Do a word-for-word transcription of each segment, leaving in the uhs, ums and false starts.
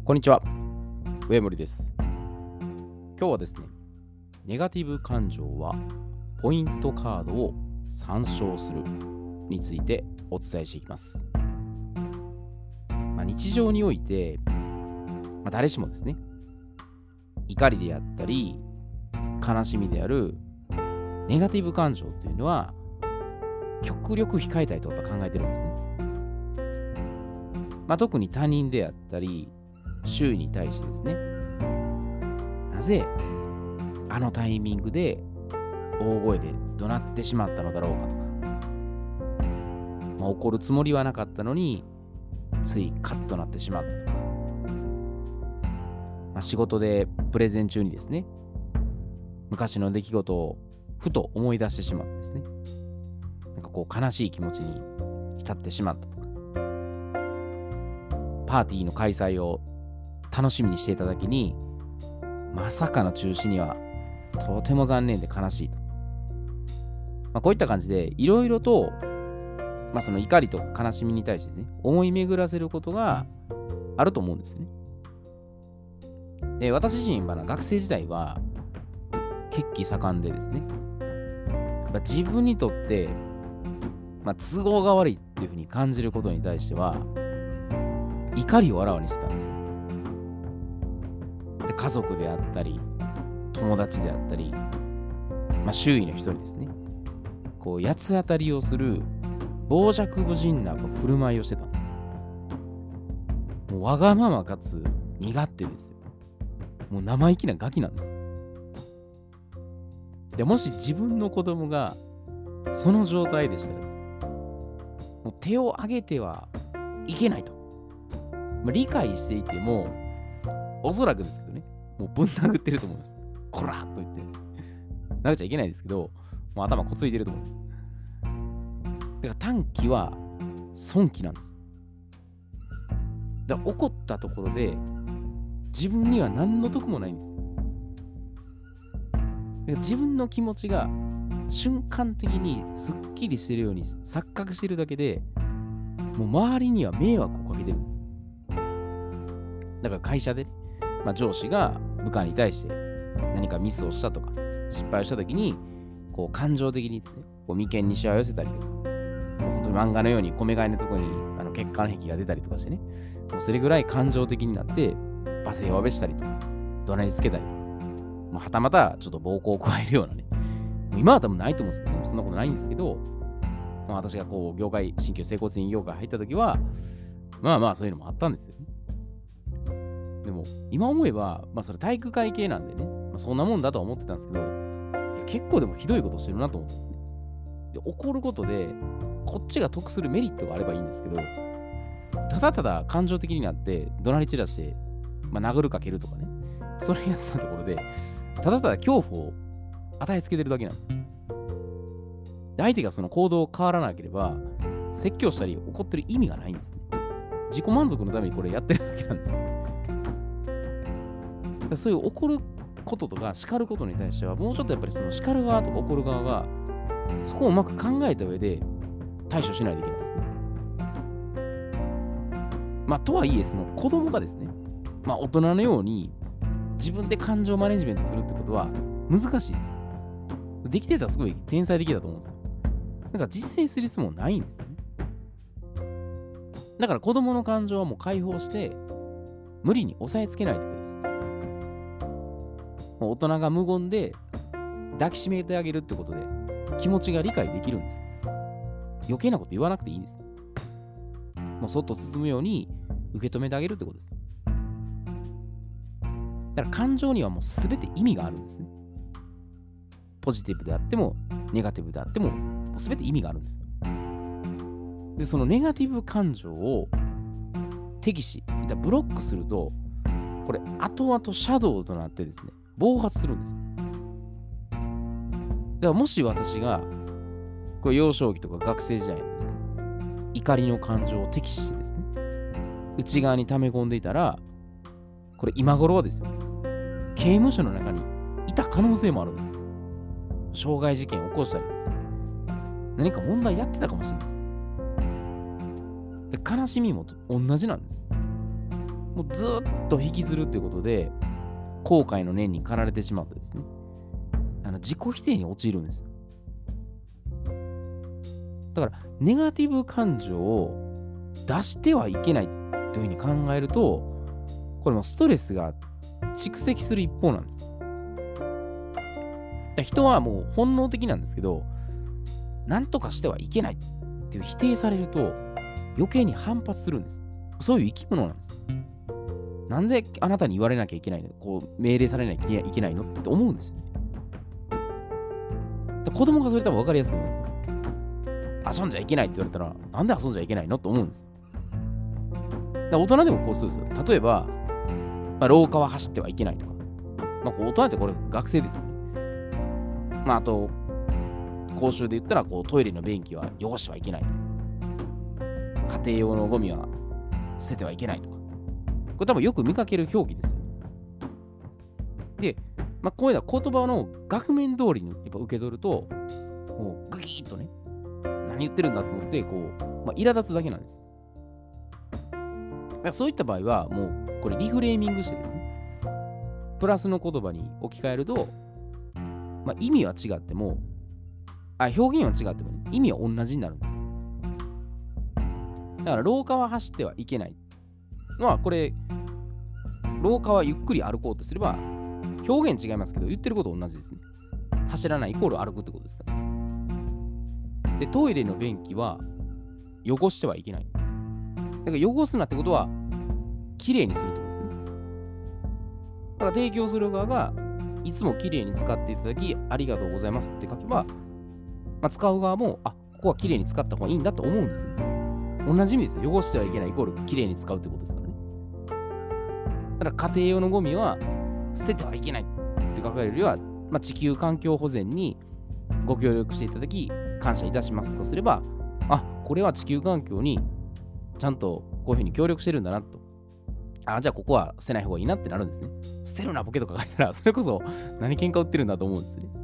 こんにちは、上森です。今日はですね、ネガティブ感情はポイントカードを参照するについてお伝えしていきます。まあ、日常において、まあ、誰しもですね、怒りであったり、悲しみであるネガティブ感情というのは、極力控えたいとやっぱ考えてるんですね。まあ、特に他人であったり、周囲に対してですね、なぜあのタイミングで大声で怒鳴ってしまったのだろうかとか、まあ、怒るつもりはなかったのについカッとなってしまったとか、まあ、仕事でプレゼン中にですね、昔の出来事をふと思い出してしまってですね、なんかこう悲しい気持ちに浸ってしまったとか、パーティーの開催を楽しみにしていただけに、まさかの中止にはとても残念で悲しいと。まあ、こういった感じでいろいろと、まあ、その怒りと悲しみに対してね、思い巡らせることがあると思うんですね。で、私自身は学生時代は血気盛んでですね、やっぱ自分にとって、まあ、都合が悪いっていうふうに感じることに対しては怒りをあらわにしてたんですね。で、家族であったり、友達であったり、まあ、周囲の人にですね、こう、八つ当たりをする傍若無人な振る舞いをしてたんです。もうわがままかつ身勝手ですよ。もう生意気なガキなんです。で、もし自分の子供がその状態でしたらですね、もう手を挙げてはいけないと。まあ、理解していても、おそらくですけどね、もうぶん殴ってると思うんです。こらーっと言って。投げちゃいけないですけど、もう頭こついてると思うんです。だから短気は損気なんです。だから怒ったところで、自分には何の得もないんです。だから自分の気持ちが瞬間的にすっきりしてるように錯覚してるだけで、もう周りには迷惑をかけてるんです。だから会社で、まあ、上司が部下に対して何かミスをしたとか失敗をしたときに、こう感情的にですね、こう眉間にしわ寄せたりとか、もう本当に漫画のように米替えのところにあの血管壁が出たりとかしてね、もうそれぐらい感情的になって罵声を浴びしたりとか、怒鳴りつけたりとか、もうはたまたちょっと暴行を加えるようなね、もう今は多分ないと思うんですけど、そんなことないんですけど、まあ、私がこう業界、新旧整骨院業界入ったときは、まあまあそういうのもあったんですよね。でも今思えば、まあそれ体育会系なんでね、まあ、そんなもんだとは思ってたんですけど、いや結構でもひどいことしてるなと思うんですね。で、怒ることで、こっちが得するメリットがあればいいんですけど、ただただ感情的になって怒鳴り散らして、まあ、殴るかけるとかね、それやったところで、ただただ恐怖を与えつけてるだけなんです。で、相手がその行動を変わらなければ、説教したり怒ってる意味がないんですね。自己満足のためにこれやってるだけなんです。そういう怒ることとか叱ることに対しては、もうちょっとやっぱりその叱る側とか怒る側が、そこをうまく考えた上で対処しないといけないですね。まあ、とはいえ、その子供がですね、まあ、大人のように自分で感情マネジメントするってことは難しいです。できてたらすごい天才的だと思うんですよ。だから実践する必要もないんですよね。だから子供の感情はもう解放して、無理に抑えつけないってことです。もう大人が無言で抱きしめてあげるってことで気持ちが理解できるんです。余計なこと言わなくていいんです。もうそっと包むように受け止めてあげるってことです。だから感情にはもう全て意味があるんですね。ポジティブであってもネガティブであっても、もう全て意味があるんです。で、そのネガティブ感情を敵視、ブロックすると、これ後々シャドウとなってですね、暴発するんです。だからもし私がこれ幼少期とか学生時代にですね、怒りの感情を敵視してですね、内側に溜め込んでいたら、これ今頃はですよ、刑務所の中にいた可能性もあるんです。傷害事件を起こしたり、何か問題やってたかもしれないです。で、悲しみも同じなんです。 もうずっと引きずるってことで、後悔の念に駆られてしまってですね、あの自己否定に陥るんです。だから、ネガティブ感情を出してはいけないというふうに考えると、これもストレスが蓄積する一方なんです。人はもう本能的なんですけど、何とかしてはいけないっていう否定されると余計に反発するんです。そういう生き物なんです。なんであなたに言われなきゃいけないの、こう命令されなきゃいけないのって思うんですよね。だ子供がそれ多分分かりやすいと思うんですよ。遊んじゃいけないって言われたら、なんで遊んじゃいけないのと思うんです。だ大人でもこうするんですよ。例えば、まあ、廊下は走ってはいけないとか。まあ、こう大人ってこれ学生ですよね。まあ、あと、公衆で言ったらこうトイレの便器は汚してはいけないとか。家庭用のゴミは捨ててはいけないとか。これ多分よく見かける表記ですよ。で、まあ、こういうのは言葉の額面通りにやっぱ受け取ると、もうグギーッとね、何言ってるんだと思って、こう、まあ、苛立つだけなんです。だからそういった場合は、もうこれリフレーミングしてですね、プラスの言葉に置き換えると、まあ、意味は違っても、あ、表現は違っても、ね、意味は同じになるんです。だから廊下は走ってはいけないのは、これ、廊下はゆっくり歩こうとすれば、表現違いますけど、言ってること同じですね。走らないイコール歩くってことですから。で、トイレの便器は汚してはいけない。だから汚すなってことは、きれいにするってことですね。だから提供する側が、いつもきれいに使っていただき、ありがとうございますって書けば、まあ、使う側も、あ、ここはきれいに使った方がいいんだと思うんですよ。同じ意味ですよ。汚してはいけないイコールきれいに使うってことですからね。だから家庭用のゴミは捨ててはいけないって書かれるよりは、まあ、地球環境保全にご協力していただき、感謝いたしますとすれば、あ、これは地球環境にちゃんとこういうふうに協力してるんだなと。あ、じゃあここは捨てない方がいいなってなるんですね。捨てるなボケとか書いたら、それこそ何喧嘩売ってるんだと思うんですね。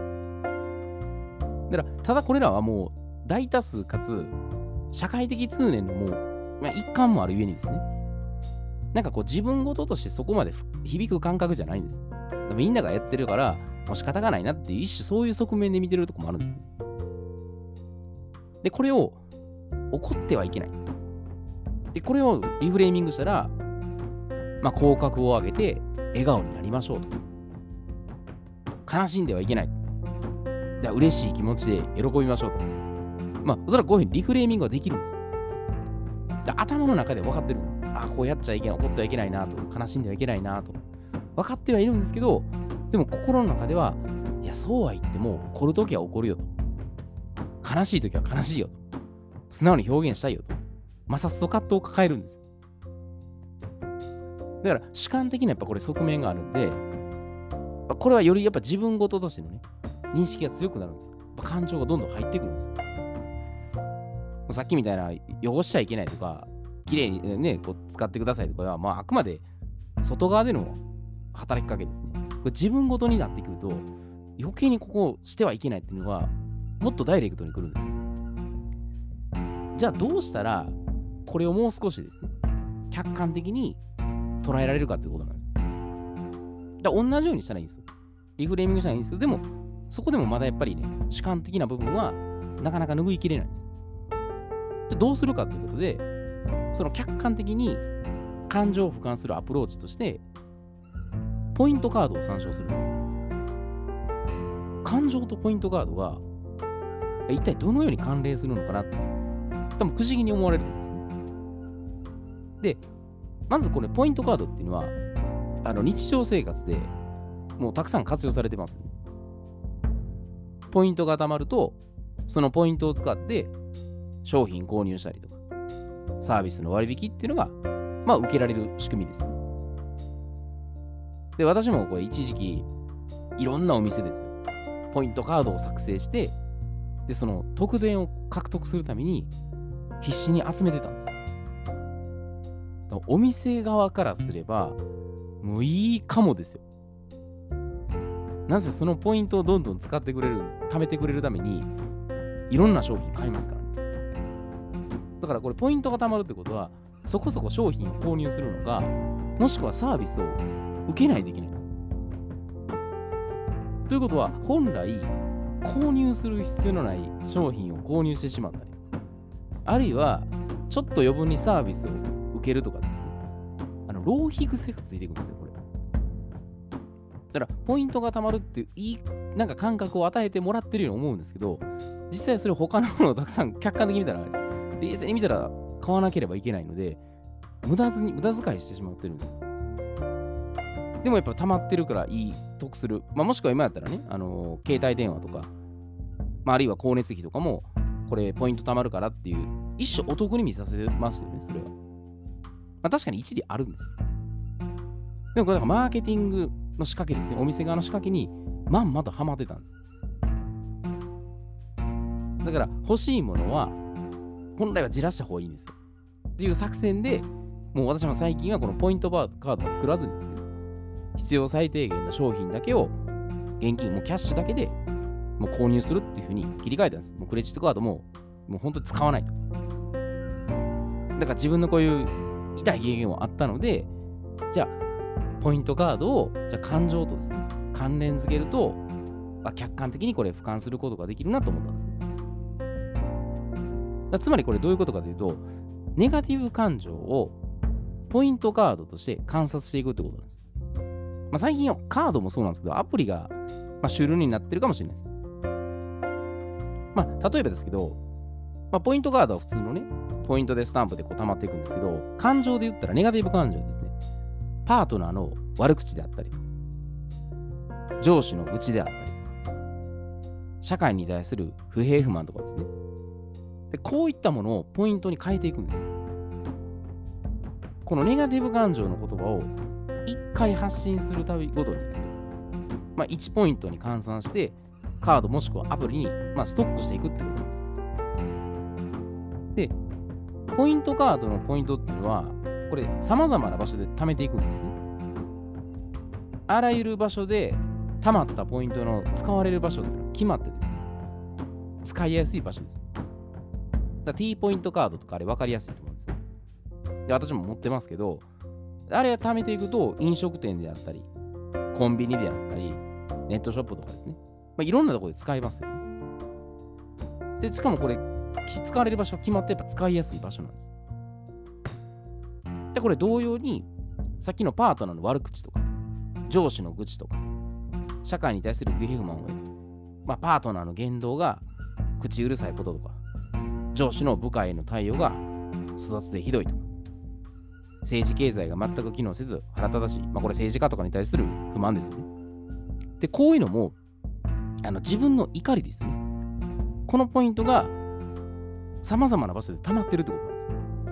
だから、ただこれらはもう大多数かつ、社会的通念のもう、まあ、一環もあるゆえにですね、なんかこう自分事としてそこまで響く感覚じゃないんです。みんながやってるから、もう仕方がないなっていう一種そういう側面で見てるとこもあるんです。で、これを怒ってはいけない。で、これをリフレーミングしたら、まあ、口角を上げて笑顔になりましょうと。悲しんではいけない。じゃあ嬉しい気持ちで喜びましょうと。まあ、おそらくこういうふうにリフレーミングはできるんです。で頭の中で分かってるんです。あ、こうやっちゃいけない、怒ってはいけないなと、悲しんではいけないなと。分かってはいるんですけど、でも心の中では、いや、そうは言っても、怒るときは怒るよと。悲しいときは悲しいよと。素直に表現したいよと。摩擦と葛藤を抱えるんです。だから、主観的なやっぱこれ側面があるんで、これはよりやっぱ自分事としてのね、認識が強くなるんです。やっぱ感情がどんどん入ってくるんです。さっきみたいな汚しちゃいけないとか、きれいにね、こう使ってくださいとかは、まあ、あくまで外側での働きかけですね。これ自分ごとになってくると、余計にここをしてはいけないっていうのが、もっとダイレクトに来るんです。じゃあどうしたら、これをもう少しですね、客観的に捉えられるかっていうことなんです。だから同じようにしたらいいんですよ。リフレーミングしたらいいんですけど、でも、そこでもまだやっぱりね、主観的な部分はなかなか拭いきれないんです。でどうするかということで、その客観的に感情を俯瞰するアプローチとして、ポイントカードを参照するんです。感情とポイントカードが一体どのように関連するのかなって、多分不思議に思われると思うんですね。で、まずこれポイントカードっていうのは、あの日常生活でもうたくさん活用されてますよね。ポイントが貯まると、そのポイントを使って商品購入したりとか、サービスの割引っていうのが、まあ受けられる仕組みです。で、私もこれ一時期、いろんなお店ですよ。ポイントカードを作成して、で、その特典を獲得するために必死に集めてたんです。お店側からすれば、もういいかもですよ。なぜそのポイントをどんどん使ってくれる、貯めてくれるために、いろんな商品買いますからね。だからこれポイントが貯まるってことは、 そこそこ商品を購入するのか、もしくはサービスを受けないといけないんです。ということは、本来、購入する必要のない商品を購入してしまったり、あるいは、ちょっと余分にサービスを受けるとかですね。あの浪費癖がついていくんですよ、これ。だから、ポイントが貯まるっていう、いい、なんか感覚を与えてもらってるように思うんですけど、実際それ他のものをたくさん客観的に見たら、冷静に見たら買わなければいけないので、無駄ずに、無駄遣いしてしまってるんですよ。でもやっぱ溜まってるからいい、得する。まあ、もしくは今やったらね、あのー携帯電話とか、まあ、あるいは光熱費とかも、これポイント貯まるからっていう、一種お得に見させますよね、それは。まあ、確かに一理あるんですよ。でもこれなんかマーケティングの仕掛けですね、お店側の仕掛けにまんまとハマってたんです。だから欲しいものは、本来はじらした方がいいんですよ。っていう作戦で、もう私も最近はこのポイントカードは作らずにですね、必要最低限の商品だけを現金、もうキャッシュだけでもう購入するっていう風に切り替えたんです。もうクレジットカードももう本当に使わないと。だから自分のこういう痛い経験もあったので、じゃあポイントカードをじゃあ感情とですね、関連付けると、あ、客観的にこれ俯瞰することができるなと思ったんですね。だつまりこれどういうことかというと、ネガティブ感情をポイントカードとして観察していくってことなんです。まあ、最近はカードもそうなんですけど、アプリが、まあ、主流になってるかもしれないです。まあ、例えばですけど、まあ、ポイントカードは普通のね、ポイントでスタンプでこう溜まっていくんですけど、感情で言ったらネガティブ感情ですね。パートナーの悪口であったりとか、上司の愚痴であったりとか、社会に対する不平不満とかですね。で、こういったものをポイントに変えていくんです。このネガティブ感情の言葉をいっかい発信するたびごとにですね、まあ、いちポイントに換算して、カードもしくはアプリに、まあ、ストックしていくってことなんです。で、ポイントカードのポイントっていうのは、これ、様々な場所で貯めていくんですね。あらゆる場所で貯まったポイントの使われる場所っていうのは決まってですね、使いやすい場所です。だから T ポイントカードとかあれ分かりやすいと思うんですよ。で、私も持ってますけど、あれは貯めていくと、飲食店であったり、コンビニであったり、ネットショップとかですね。まあ、いろんなところで使えますよね。で、しかもこれ、使われる場所が決まってやっぱ使いやすい場所なんです。で、これ同様に、さっきのパートナーの悪口とか、上司の愚痴とか、社会に対する不平不満を、まあ、パートナーの言動が口うるさいこととか、上司の部下への対応が粗雑でひどいとか、政治経済が全く機能せず腹立たしい。まあこれ政治家とかに対する不満ですよね。で、こういうのも、あの自分の怒りですよね。このポイントが様々な場所で溜まってるってことなんです。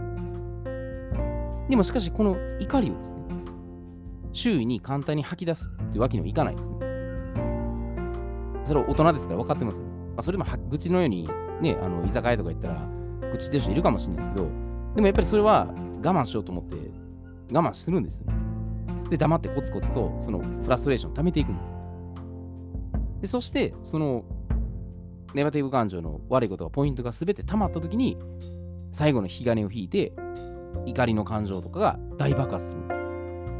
でもしかしこの怒りをですね、周囲に簡単に吐き出すっていうわけにはいかないんですね。それは大人ですから分かってますよね。まあ、それも愚痴のようにね、あの居酒屋とか行ったら愚痴ってる人いるかもしれないですけど、でもやっぱりそれは我慢しようと思って我慢するんですよね。で、黙ってコツコツとそのフラストレーションを溜めていくんです。で、そしてそのネガティブ感情の悪いことがポイントが全て溜まった時に最後の引き金を引いて怒りの感情とかが大爆発するんです。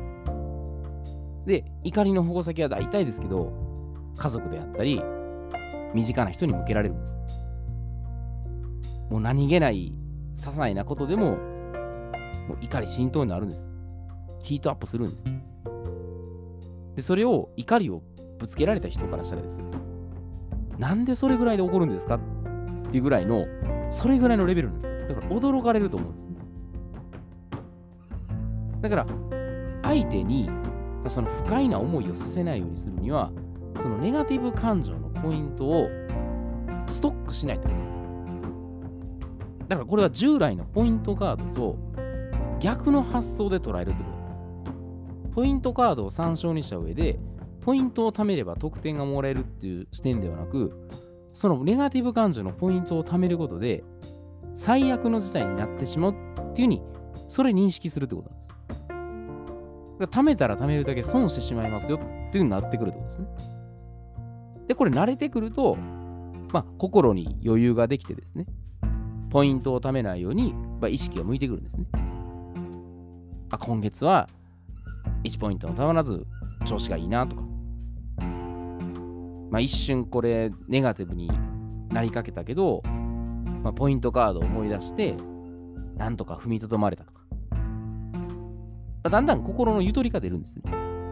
で、怒りの矛先は大体ですけど、家族であったり身近な人に向けられるんです。もう何気ない些細なことでも、もう怒り心頭になるんです。ヒートアップするんです。で、それを怒りをぶつけられた人からしたらですよ。なんでそれぐらいで怒るんですかっていうぐらいの、それぐらいのレベルなんですよ。だから驚かれると思うんですね。だから、相手にその不快な思いをさせないようにするには、そのネガティブ感情のポイントをストックしないといけないんです。だからこれは従来のポイントカードと逆の発想で捉えるってことです。ポイントカードを参照にした上で、ポイントを貯めれば得点がもらえるっていう視点ではなく、そのネガティブ感情のポイントを貯めることで、最悪の事態になってしまうっていうふうに、それ認識するってことなんです。だから貯めたら貯めるだけ損してしまいますよっていう風になってくるってことですね。で、これ慣れてくると、まあ、心に余裕ができてですね、ポイントを貯めないように、まあ、意識が向いてくるんですね。 あ、今月はいちポイントもたまらず調子がいいなとか、まあ一瞬これネガティブになりかけたけど、まあ、ポイントカードを思い出して、なんとか踏みとどまれたとか、まあ、だんだん心のゆとりが出るんですね。だ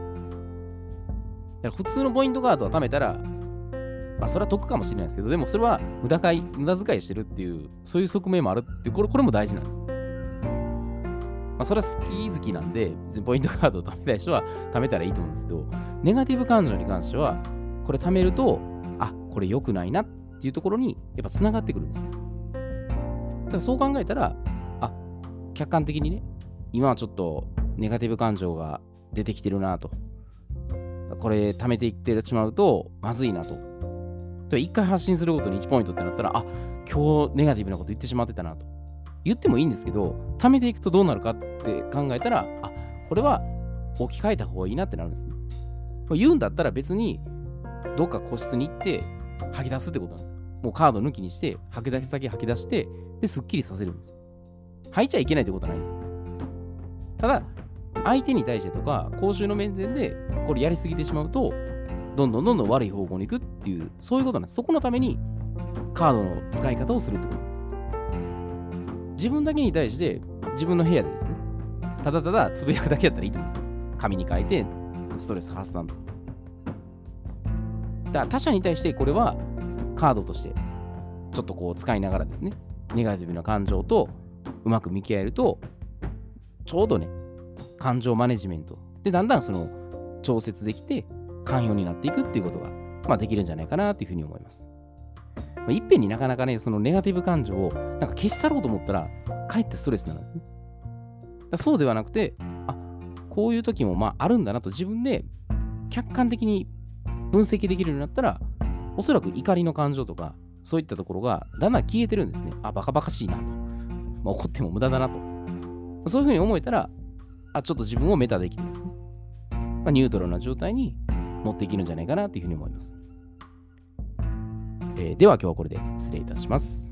から普通のポイントカードを貯めたら、まあそれは得かもしれないですけど、でもそれは無駄買い、無駄遣いしてるっていう、そういう側面もあるっていう、これ、これも大事なんです。まあそれは好き好きなんで、別にポイントカードを貯めたい人は貯めたらいいと思うんですけど、ネガティブ感情に関しては、これ貯めると、あ、これ良くないなっていうところにやっぱ繋がってくるんですね。だからそう考えたら、あ、客観的にね、今はちょっとネガティブ感情が出てきてるなと。これ貯めていってしまうとまずいなと。で一回発信するごとにいちポイントってなったら、あ、今日ネガティブなこと言ってしまってたなと。言ってもいいんですけど、貯めていくとどうなるかって考えたら、あ、これは置き換えた方がいいなってなるんですね。これ言うんだったら別にどっか個室に行って吐き出すってことなんですよ。もうカード抜きにして吐き出し先吐き出して、で、すっきりさせるんですよ。吐いちゃいけないってことはないんですよ。ただ、相手に対してとか、公衆の面前でこれやりすぎてしまうと、どんどんどんどん悪い方向に行くっていう、そういうことなんです。そこのためにカードの使い方をするってことです。自分だけに対して自分の部屋でですね、ただただつぶやくだけだったらいいと思うんですよ。紙に書いてストレス発散と。だから他者に対してこれはカードとしてちょっとこう使いながらですね、ネガティブな感情とうまく向き合えると、ちょうどね、感情マネジメントでだんだんその調節できて寛容になっていくっていうことが、まあ、できるんじゃないかなというふうに思います。まあ、いっぺんになかなかね、そのネガティブ感情をなんか消し去ろうと思ったら、かえってストレスなんですね。だそうではなくて、あ、こういう時もまああるんだなと自分で客観的に分析できるようになったら、おそらく怒りの感情とか、そういったところがだんだん消えてるんですね。あ、バカバカしいなと。まあ、怒っても無駄だなと。そういうふうに思えたら、あ、ちょっと自分をメタできてですね、まあ、ニュートラルな状態に持っていけるんじゃないかなというふうに思います。えー、では今日はこれで失礼いたします。